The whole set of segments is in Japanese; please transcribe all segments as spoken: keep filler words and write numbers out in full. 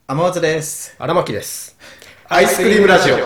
天松です。 荒牧です。 アイスクリームラジオ。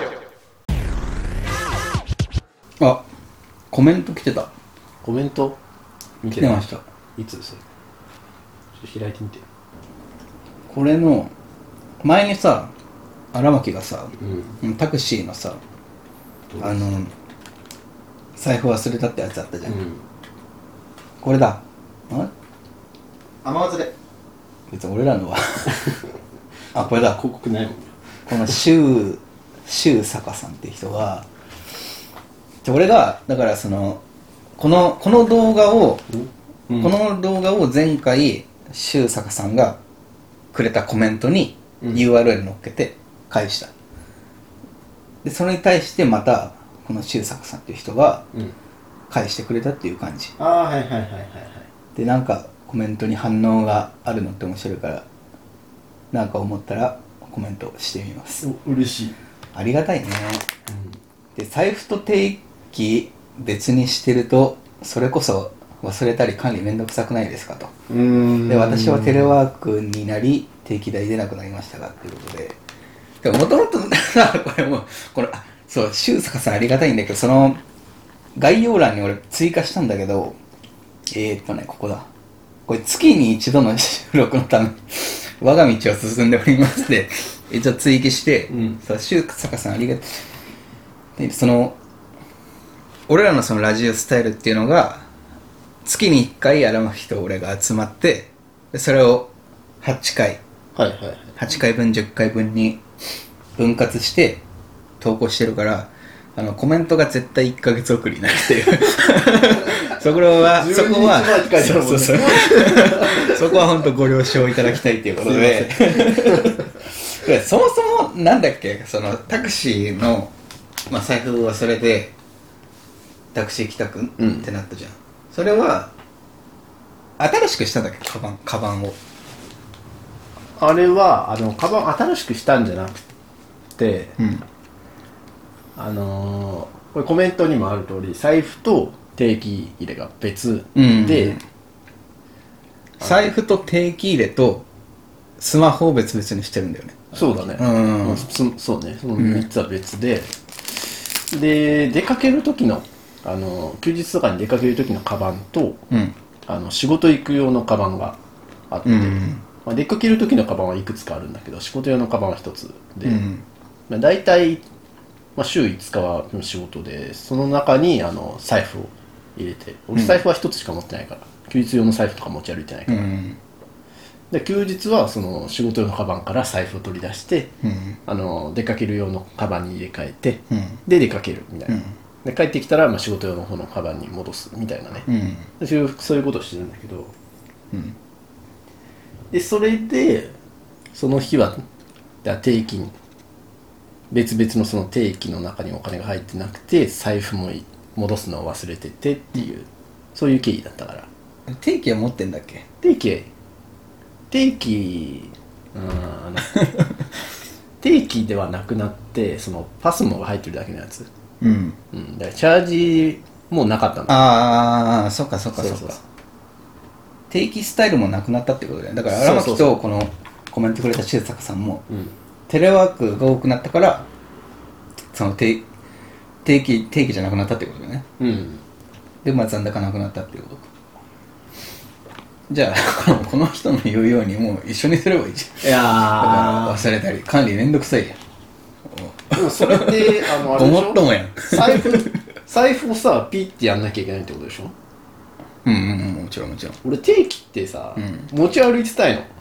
あ、コメント来てた。 コメント見て来てました。 いつそれ？ちょっと開いてみて。 これの前にさ、荒牧がさ、 うん、 タクシーのさ、あの財布忘れたってやつあったじゃん。うん、これだ。あ？ 天松で。 別に俺らのはあ、これだ。 広告ないもん。 この周周坂さんって人が、俺がだからそのこのこの動画を、うん、この動画を前回周坂さんがくれたコメントに ユーアールエル 載っけて返した。でそれに対してまたこの周坂さんっていう人が返してくれたっていう感じ。 ああ、はいはいはいはいはい。 でなんかコメントに反応があるのって面白いから、なんか思ったらコメントしてみます。 嬉しい。 ありがたいね。うん、で財布と定期別にしてるとそれこそ忘れたり管理めんどくさくないですかと。うーんで私はテレワークになり定期代出なくなりましたがっていうことで、でももともとこれもこれあそう周坂さんありがたいんだけど、その概要欄に俺追加したんだけど、えーっとねここだ。これ月に一度の収録のため我が道を進んでおりまして一応追記して、うん、そう周坂さんありがとう。その俺らのそのラジオスタイルっていうのが月にいっかい荒牧と俺が集まってそれをはちかい、 はいはいはい、 はちかいぶんじゅっかいぶんに分割して投稿してるから、あのコメントが絶対いっかげつ遅れになるっていうそこはそこはそうそうそうそこは本当ご了承いただきたいっていうことでそもそもなんだっけ、そのタクシーの、まあ、財布を忘れてタクシー帰宅ってなったじゃん、うん、それは新しくしたんだっけ、カバン、カバンを。 あれはあのカバン新しくしたんじゃなくて、うん、あのー、これコメントにもある通り財布と定期入れが別で、うんうん、 財布と定期入れとスマホを別々にしてるんだよね。 そうだね、うんうん、そ, そうね、そのみっつは別で、うん、で出かける時のあの休日とかに出かける時のカバンと、うん、あの仕事行く用のカバンがあって、うんまあ、出かける時のカバンはいくつかあるんだけど仕事用のカバンはひとつで、うんまあ、大体、まあ、週いつかは仕事でその中にあの財布を入れて、俺財布はひとつしか持ってないから、うん、休日用の財布とか持ち歩いてないから、うん、で休日はその仕事用のカバンから財布を取り出して、うん、あの出かける用のカバンに入れ替えて、うん、で出かけるみたいな、うんで帰ってきたらまあ仕事用の方のカバンに戻すみたいなね、うん、そういうそういうことをしてるんだけど、うん、でそれでその日は定期に別々のその定期の中にお金が入ってなくて財布も戻すのを忘れててっていう、うん、そういう経緯だったから。 定期は持ってんだっけ？ 定期定期うんあの定期ではなくなってそのパスモが入ってるだけのやつ。うんうん、だからチャージもうなかったんだ。 ああ、そっかそっかそっか。定期スタイルもなくなったってことで、だから荒牧とこのコメントくれた周坂さんも、うん、テレワークが多くなったからその定定期定期じゃなくなったってことだよね。うん。でまあ残高なくなったっていうことか。じゃあこの人の言うようにもう一緒にすればいいじゃん。いやー。だから忘れたり管理めんどくさいじゃん。 でもそれってあのあれでしょ、 ごもっともやん。 財布財布をさピッてやんなきゃいけないってことでしょ。 うんうんうん、もちろんもちろん。 俺定期ってさ、うん、持ち歩いてたいの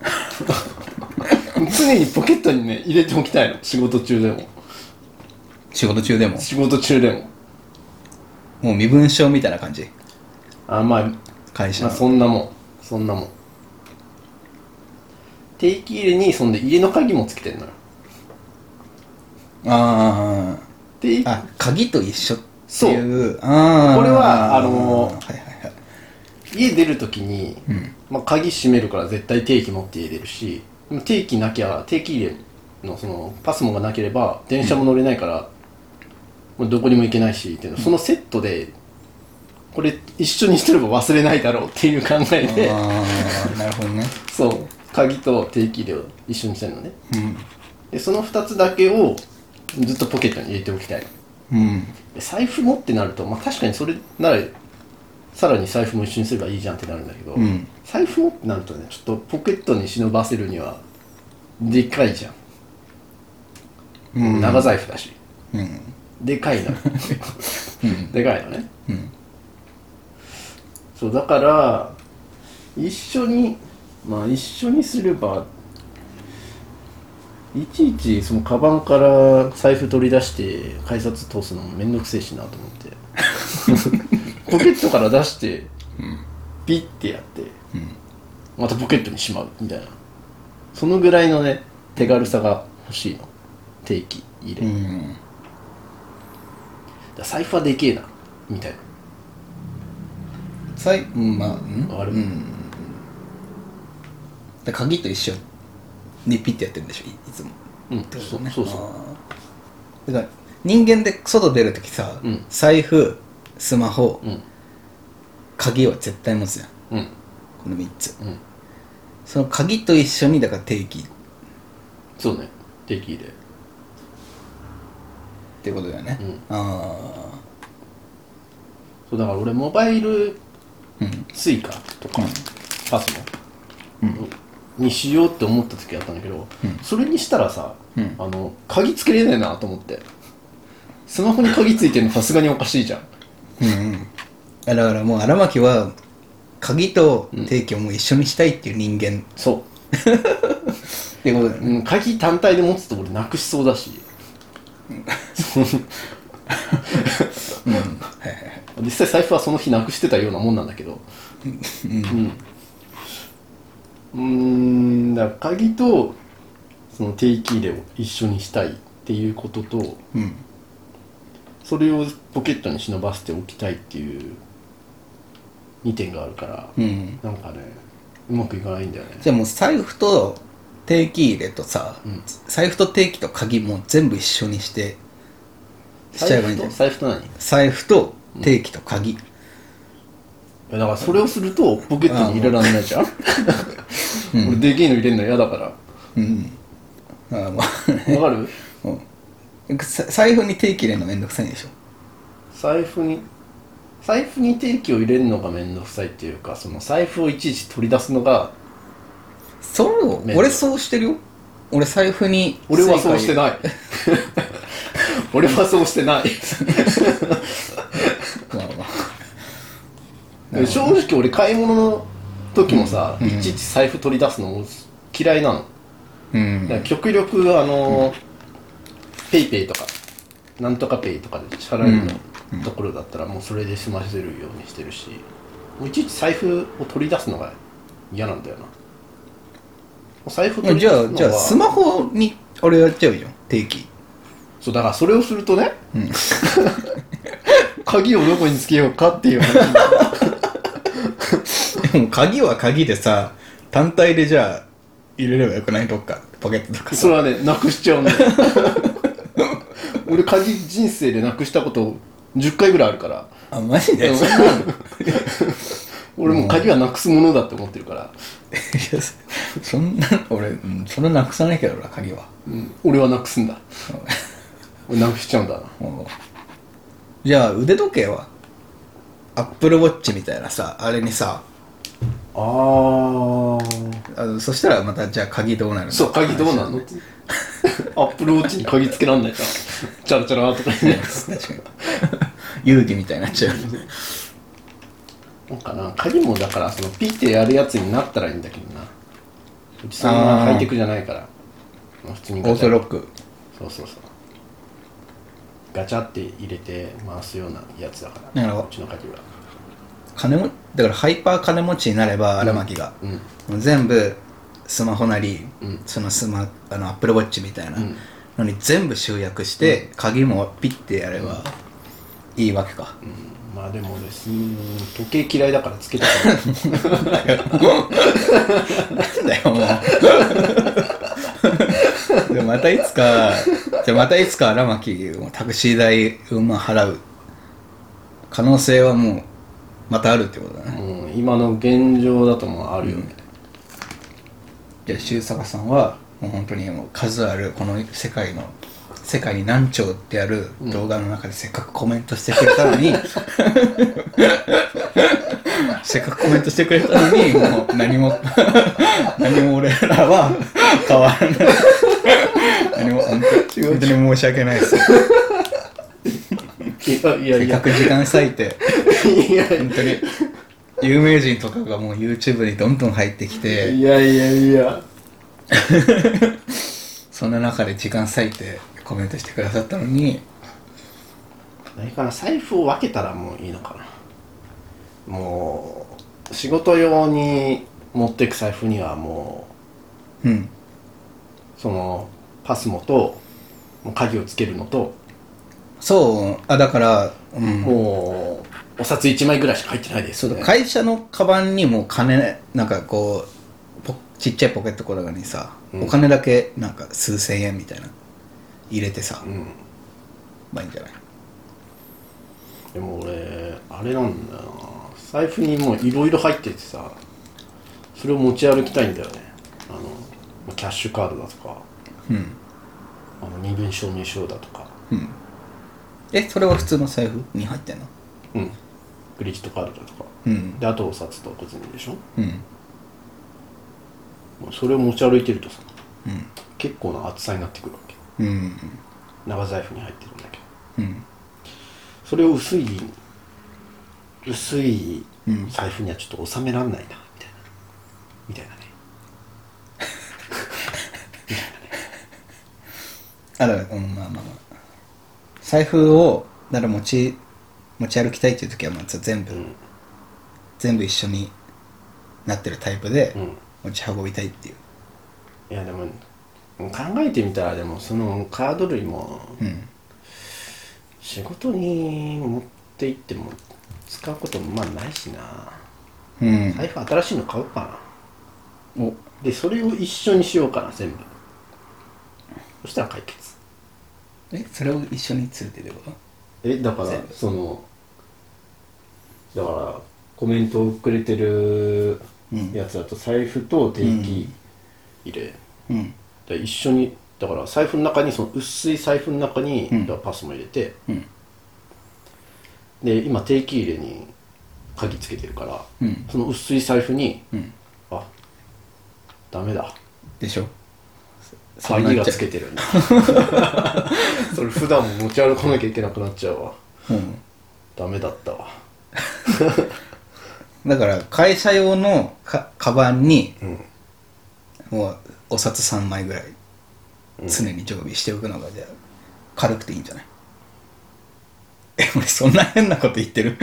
常にポケットにね入れておきたいの、仕事中でも仕事中でも仕事中でももう身分証みたいな感じ。 あまあ会社の、 まあ、そんなもんそんなもん定期入れにそんで家の鍵もつけてんのよ。 あであ鍵と一緒っていう。 そうあこれはあのーはいはいはい、家出るときに、うんまあ、鍵閉めるから絶対定期持って家出るし、定期なきゃ定期入れのそのパスモがなければ電車も乗れないから、うん、どこにも行けないしっていうの、うん、そのセットでこれ一緒にしてれば忘れないだろうっていう考えであなるほどねそう鍵と定期入れを一緒にしたいのね。 うんでそのふたつだけをずっとポケットに入れておきたい。 うんで財布もってなると、まあ、確かにそれならさらに財布も一緒にすればいいじゃんってなるんだけど、 うん財布もってなるとね、ちょっとポケットに忍ばせるにはでかいじゃん、 うん、 長財布だし、 うんでかいの、 うん、 でかいのね、 うん、 そうだから一緒にまあ一緒にすればいちいちそのカバンから財布取り出して改札通すのもめんどくせえしなと思ってポケットから出して、うん、ピッてやって、うん、またポケットにしまうみたいな、そのぐらいのね手軽さが欲しいの、定期入れ、うん、だ財布はでけえなみたいな、 財布まあうんある、うん、 で鍵と一緒にピッてやってるんでしょ い, いつも、 うん、そうそうそう。 だから人間で外出るときさ、うん、財布、スマホ、うん、鍵は絶対持つじゃん、うん、このみっつ、うん、その鍵と一緒にだから定期、 そうね、定期入れってことだよね、うん、ああそうだから俺モバイルスイカとか、うん、パスモ、うんにしようって思った時あったんだけど、うん、それにしたらさ、うん、あの鍵つけれないなと思って、スマホに鍵ついてるのさすがにおかしいじゃん、 うんうん、だからもう荒牧は鍵と定期をもう一緒にしたいっていう人間、 うん、そうってことだよね、うん、鍵単体で持つと俺なくしそうだし、うん、実際財布はその日なくしてたようなもんなんだけど、うんうんうーんだから鍵とその定期入れを一緒にしたいっていうことと、うん、それをポケットに忍ばせておきたいっていうにてんがあるから、うん、なんかねうまくいかないんだよね。 じゃあもう財布と定期入れとさ、うん、財布と定期と鍵も全部一緒にしてしちゃえばいいんじゃない？ 財布と何？ 財布と定期と鍵、 うん、だからそれをするとポケットに入れられないじゃんうん、俺でけえの入れるの嫌だから、うん、ああまあわかる、 うん、財布に定期入れるのめんどくさいでしょ。 財布に財布に定期を入れるのがめんどくさいっていうか、その財布をいちいち取り出すのがそう俺そうしてるよ。俺財布に俺はそうしてない俺はそうしてないまあまあ正直俺買い物の時もさ、うん、いちいち財布取り出すの嫌いなの、うん、だから極力あの、うん、ペイペイとかなんとかペイとかで支払いのところだったらもうそれで済ませるようにしてるし、もういちいち財布を取り出すのが嫌なんだよな。財布取り出すのはじゃあじゃあスマホに俺やっちゃうじゃん定期。 そうだからそれをするとね、うん、鍵をどこにつけようかっていう話になるでも鍵は鍵でさ単体でじゃあ入れればよくない？どっかポケットとかそれはねなくしちゃうんだよ俺鍵人生でなくしたことじゅっかいぐらいあるから。 あマジで？ 俺もう鍵はなくすものだって思ってるから。 いやそんな俺、うん、そんななくさないけどな鍵は、 うん、俺はなくすんだ俺なくしちゃうんだな。 じゃあ腕時計はアップルウォッチみたいなさあれにさああのそしたらまたじゃあ鍵どうなるの？ そう鍵どうなるのアップルウォッチに鍵つけらんないからチャラチャラとか言って確かに遊戯みたいになっちゃうなんかな、鍵もだからそのピッてやるやつになったらいいんだけどな。うちそんなハイテクじゃないから、まあ、普通にオートロック。 そうそうそうガチャって入れて回すようなやつだから、うちの鍵は金もだからハイパー金持ちになれば荒牧が、うんうん、全部スマホなり、うん、そのスマあのアップルウォッチみたいなのに全部集約して、うん、鍵もピッてやればいいわけか、うんまあでもです時計嫌いだからつけたくないなんだよもうでもまたいつかじゃまたいつか荒牧もタクシー代うんま払う可能性はもうまたあるってことだね、 うん、今の現状だともあるよね、 ってる周坂さんはもう本当にもう数あるこの世界の世界に何兆ってある動画の中でせっかくコメントしてくれたのに、うん、せっかくコメントしてくれたのにもう何も何も俺らは変わらない何も本当本当に申し訳ないですいやいやいやせっかく時間割いていや本当に有名人とかがもう YouTube にどんどん入ってきていやいやいやそんな中で時間割いてコメントしてくださったのに何かな、財布を分けたらもういいのかな。もう仕事用に持っていく財布にはもううんそのパスモと鍵をつけるのと、 そうあだから、うん、 もうお札いちまいぐらいしか入ってないですそうね。 会社のカバンにも金なんかこうポちっちゃいポケットとかにさ、うん、お金だけなんか数千円みたいな入れてさ、うん、まあいいんじゃない。 でも俺あれなんだよな、財布にもういろいろ入っててさ、それを持ち歩きたいんだよね。あのキャッシュカードだとか、うん、あの身分証明書だとか、 うん、えそれは普通の財布に入ってんの？ うん、クレジットカードだとか、うん、であとお札と小銭でしょ、うん、それを持ち歩いてるとさ、うん、結構な厚さになってくるわけ、うん、長財布に入ってるんだけど、うん、それを薄い薄い財布にはちょっと収めらんないなみたいなみたいなねみたいなねあだから、うん、まあまあまあ財布をだから持ち持ち歩きたいっていう時はまず全部、うん、全部一緒になってるタイプで持ち運びたいっていう、 うん、いやでも考えてみたらでもそのカード類も、うん、仕事に持って行っても使うこともまあないしな、うん、財布新しいの買おうかな。おでそれを一緒にしようかな全部。そしたら解決。 えそれを一緒に連れてればえだからそのだからコメントをくれてるやつだと財布と定期入れ、うんうん、で一緒にだから財布の中にその薄い財布の中に、うん、だからパスも入れて、うん、で今定期入れに鍵つけてるから、うん、その薄い財布に、うん、あダメだでしょ鍵がつけてるんだそれ普段も持ち歩かなきゃいけなくなっちゃうわ、うん、ダメだったわだから会社用のかカバンに、うん、もうお札さんまいぐらい常に常備しておくのがじゃあ軽くていいんじゃない？え俺そんな変なこと言ってる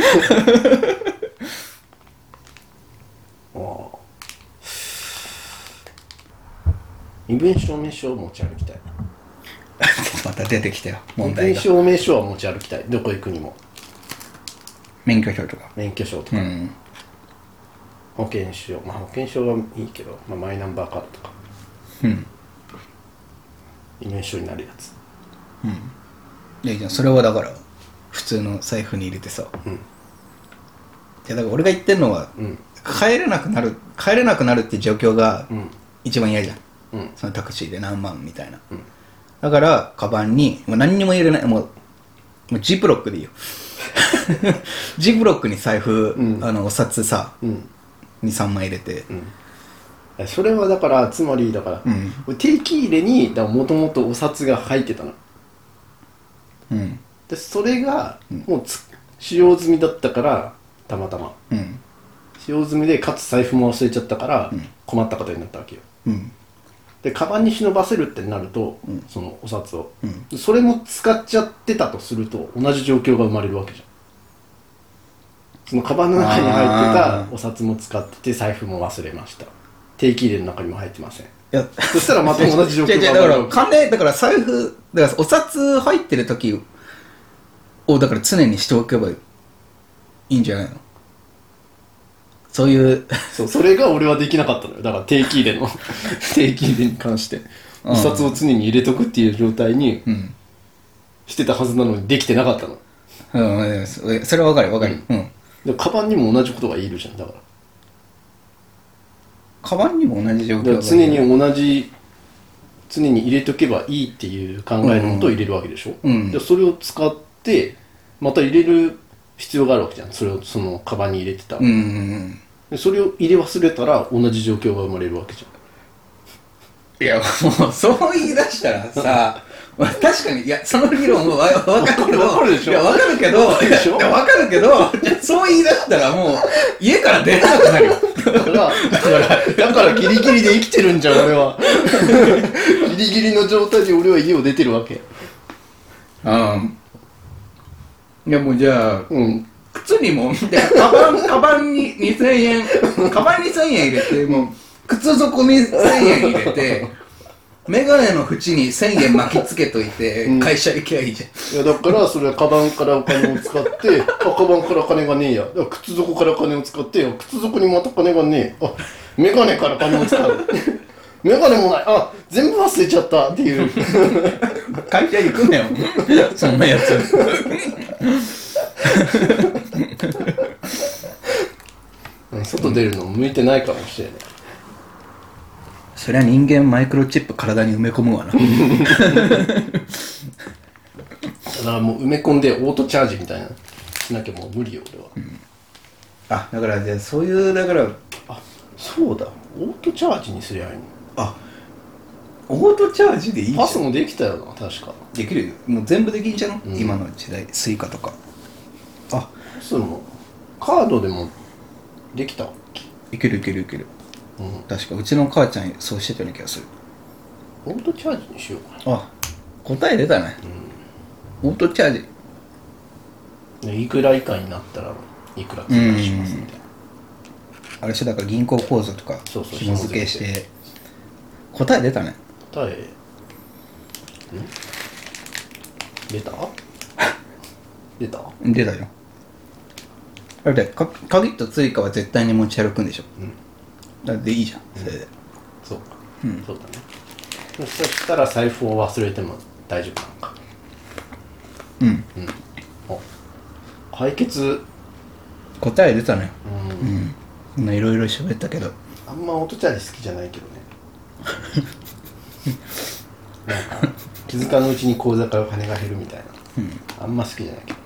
身分証明書を持ち歩きたいまた出てきたよ問題が。 身分証明書は持ち歩きたい。どこ行くにも。 免許証とか免許証とか、うん、保険証まあ保険証はいいけど、まあ、マイナンバーカードとか、うん、身分証になるやつ、 うん、いやじゃあそれはだから普通の財布に入れてさ、うん、いやだから俺が言ってるのは、うん、帰れなくなる帰れなくなるっていう状況が一番嫌じゃん、うん、そのタクシーで何万みたいな、うん、だからカバンにもう何にも入れないもうもうジップロックでいいよジップロックに財布、うん、あのお札さ、うん、にさんまい入れて、 うん、それはだからつまりだから、うん、定期入れにもともとお札が入ってたの、うん、でそれがもうつ使用済みだったからたまたま、うん、使用済みでかつ財布も忘れちゃったから困ったことになったわけよ、うん、でカバンに忍ばせるってなると、うん、そのお札を、うん、それも使っちゃってたとすると同じ状況が生まれるわけじゃん。そのカバンの中に入ってたお札も使ってて財布も忘れました。定期入れの中にも入ってません。いやそしたらまた同じ状況が生まれる。 だから金だから財布だからお札入ってる時をだから常にしておけばいいんじゃないの？そういうそうそれが俺はできなかったのよ。だから定期入れの定期入れに関してお札を常に入れとくっていう状態にしてたはずなのにできてなかったの。 うん、それは分かる分かる。うん。 でカバンにも同じことが言えるじゃん。だからカバンにも同じ状況がだから常に同じ常に入れとけばいいっていう考えのもと入れるわけでしょ、 うん、 でそれを使ってまた入れる必要があるわけじゃん。それをそのカバンに入れてた、 うんうんうん、 でそれを入れ忘れたら同じ状況が生まれるわけじゃん。 いやもうそう言い出したらさまあ、確かにいやその議論もわ分かるけど分かるでしょ。 いや分かるけど分かるでしょ。 いや分かるけどそう言い出したらもう家から出れなくなるよだからだからだからギリギリで生きてるんじゃん俺はギリギリの状態で俺は家を出てるわけ。 うんいやもうじゃあ、 うん、 靴にもでカバンカバンににせんえんカバンにせんえん入れてもう靴底にせんえん入れてメガネの縁にせんえん巻きつけといて会社行けばいいじゃん、 うん、いやだからそれはカバンからお金を使ってあカバンから金がねえや、だから靴底から金を使って靴底にまた金がねえ、あメガネから金を使うメガネもない、あ全部忘れちゃったっていう会社行くなよそんなやつ外出るの向いてないかもしれない。 そりゃ人間マイクロチップ体に埋め込むわなだからもう埋め込んでオートチャージみたいなしなきゃもう無理よ俺は、うん、 あだからじゃあそういうだからあそうだオートチャージにすりゃいいの。 あオートチャージでいいじゃん。 パスもできたよな確か。 できるよもう全部できんじゃん、 うん、 今の時代スイカとかあパスもカードでもできた。 いけるいけるいける、うん、確かうちの母ちゃんそうしてたような気がする。 オートチャージにしようかな。 あ答え出たね、うん、オートチャージいくら以下になったらいくら追加しますみたいな。 あれしだから銀行口座とか紐付けして答え出たね。 答えん出た出た出たよ。だってか鍵と追加は絶対に持ち歩くんでしょ、うん、だっていいじゃんそれで、うん、 そうか、うん、そうだね。そしたら財布を忘れても大丈夫なのか。 うんうんお解決答え出たね。 うんうんいろいろ喋ったけどあんまオートチャージ好きじゃないけどねなんか気づかぬうちに口座から金が減るみたいな、うん、あんま好きじゃないけどね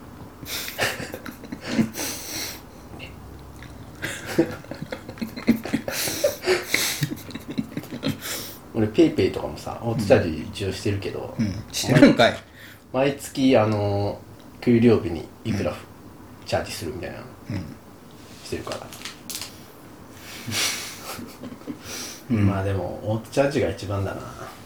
俺ペイペイとかもさオートチャージ一応してるけど、 うんうん、してるんかい。 毎月あの給料日にいくら、うん、チャージするみたいな、うん、してるからうん、まあでもオートチャージが一番だな。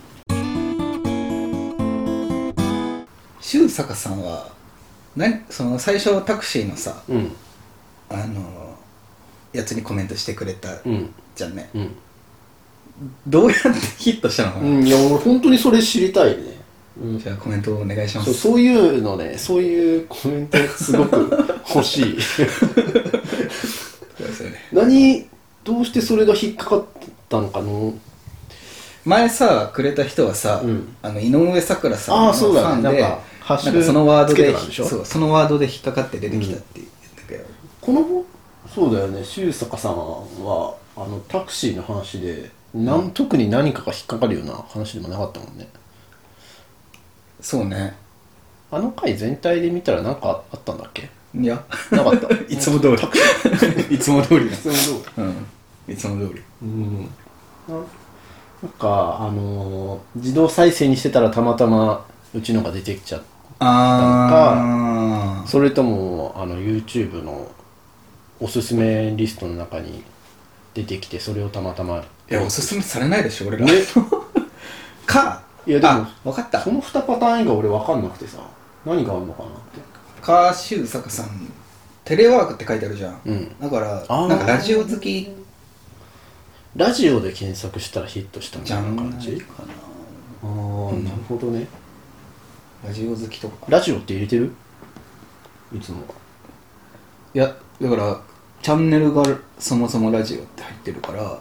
周坂さんは何その最初タクシーのさ、うん、あのやつにコメントしてくれたじゃんね、うんうん、どうやってヒットしたのかな、 うん、いや俺本当にそれ知りたいね、 うん、じゃあコメントをお願いします。 そう、そういうのねそういうコメントすごく欲しいそうですよね。何どうしてそれが引っかかったのかな。 前さくれた人はさ、うん、あの井上咲楽さんのファンで、ね、なんかハッシュなんかそのワードでそうそのワードで引っかかって出てきたって言ったけど、うん、 このそうだよね周坂さんはあのタクシーの話でなん、うん、特に何かが引っかかるような話でもなかったもんね。 そうね。 あの回全体で見たら何かあったんだっけ。 いやなかったいつも通りいつも通りいつも通り、 うんいつも通り。うん。 なんかあのー、自動再生にしてたらたまたまうちのが出てきちゃったのか、それともあの YouTube のおすすめリストの中に出てきてそれをたまたま。 いやおすすめされないでしょ俺ら。ね、か。 いやでも分かった。 そのにパターン以外俺分かんなくてさ何があるのかなって。 か周坂さんテレワークって書いてあるじゃん、うん、だからなんかラジオ好きラジオで検索したらヒットしたみたいな感じかな。 あー、うん、なるほどね。 ラジオ好きとかラジオって入れてるいつもは。 いやだからチャンネルがそもそもラジオって入ってるから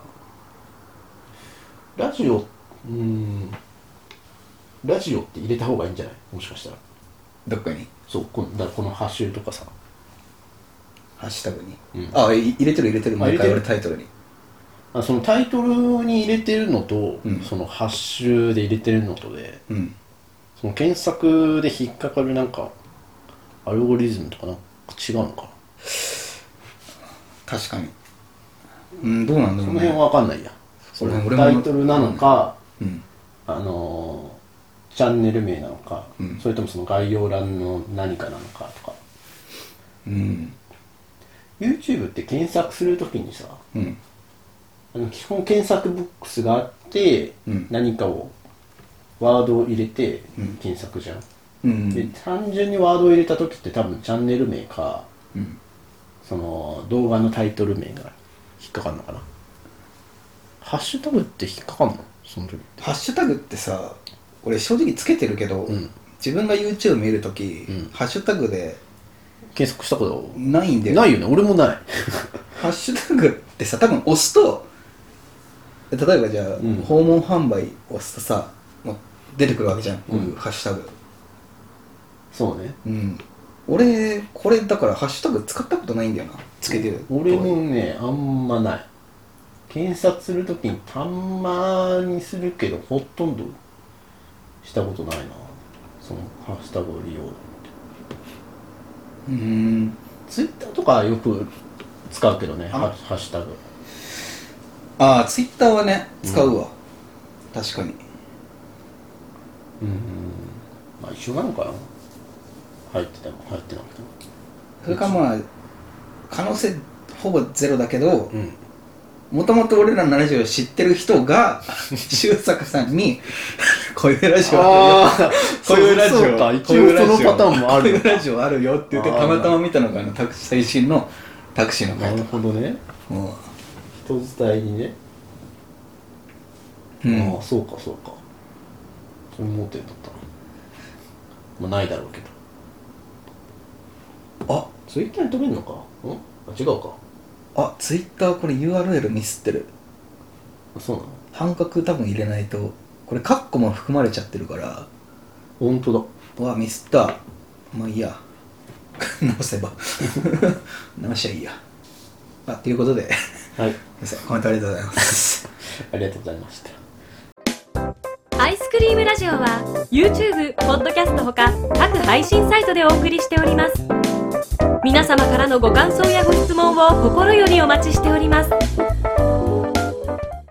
ラジオうーんラジオって入れた方がいいんじゃないもしかしたら。 どっかにそうこのだこのハッシュとかさハッシュタグに、うん、あ入れてる入れてる毎回俺タイトルに。 ああそのタイトルに入れてるのと、 うんそのハッシュで入れてるのとで、 うんその検索で引っかかるなんかアルゴリズムとかなんか違うのかな。 確かに。うんどうなんだろうその辺ね。 は分かんないや。その俺も俺もタイトルなのか、 うんあのーチャンネル名なのか、 うんそれともその概要欄の何かなのかとか。 うん YouTube って検索するときにさ、 うんあの基本検索ボックスがあって、 うん何かをワードを入れてうん検索じゃん、 うんで単純にワードを入れたときって多分チャンネル名かうんその動画のタイトル名が引っかかるのかな。ハッシュタグって引っかかんのその時って。 ハッシュタグってさ、俺正直つけてるけど、 うん自分が YouTube 見るとき、 うんハッシュタグで検索したことないんだよ。 ないよね。俺もないハッシュタグってさ、多分押すと、例えばじゃあ、 うん訪問販売押すとさ、もう出てくるわけじゃん、こういううんハッシュタグ。 そうね。 うん。俺、これだからハッシュタグ使ったことないんだよな、つけてる。 俺もねあんまない。検索するときにたまにするけどほとんどしたことないな、そのハッシュタグを利用。 うーん。 ツイッターとかよく使うけどね、 あハハッシュタグ。 ああ、ツイッターはね、使うわ。確かに。 うんまあ一緒なのかな、入ってても入ってなくても。 それかまあ、可能性ほぼゼロだけど、 うんもともと俺らのラジオを知ってる人が、周作さんに、こういうラジオあるよ。こういうラジオ、 そうかこういうラジオ一応そのパターンもあるのかこういうラジオあるよって言って、たまたま見たのが、あの、タクシー最新のタクシーのなる回とか。 ほどね。 も人伝いにね、 う、うんああそうかそうか、そういう盲点だったな。まあないだろうけど。あツイッターに飛べるのか。んあ違うか。 あ、ツイッターこれ ユーアールエル ミスってる。 あそうなの。 半角多分入れないと、これカッコも含まれちゃってるから、 本当だ。 うわ、ミスった。まあいいや。直せば。直しゃいいや。あ、ということで、 はいすいません、コメントありがとうございます。 ありがとうございました。 アイスクリームラジオは YouTube、ポッドキャストほか各配信サイトでお送りしております。皆様からのご感想やご質問を心よりお待ちしております。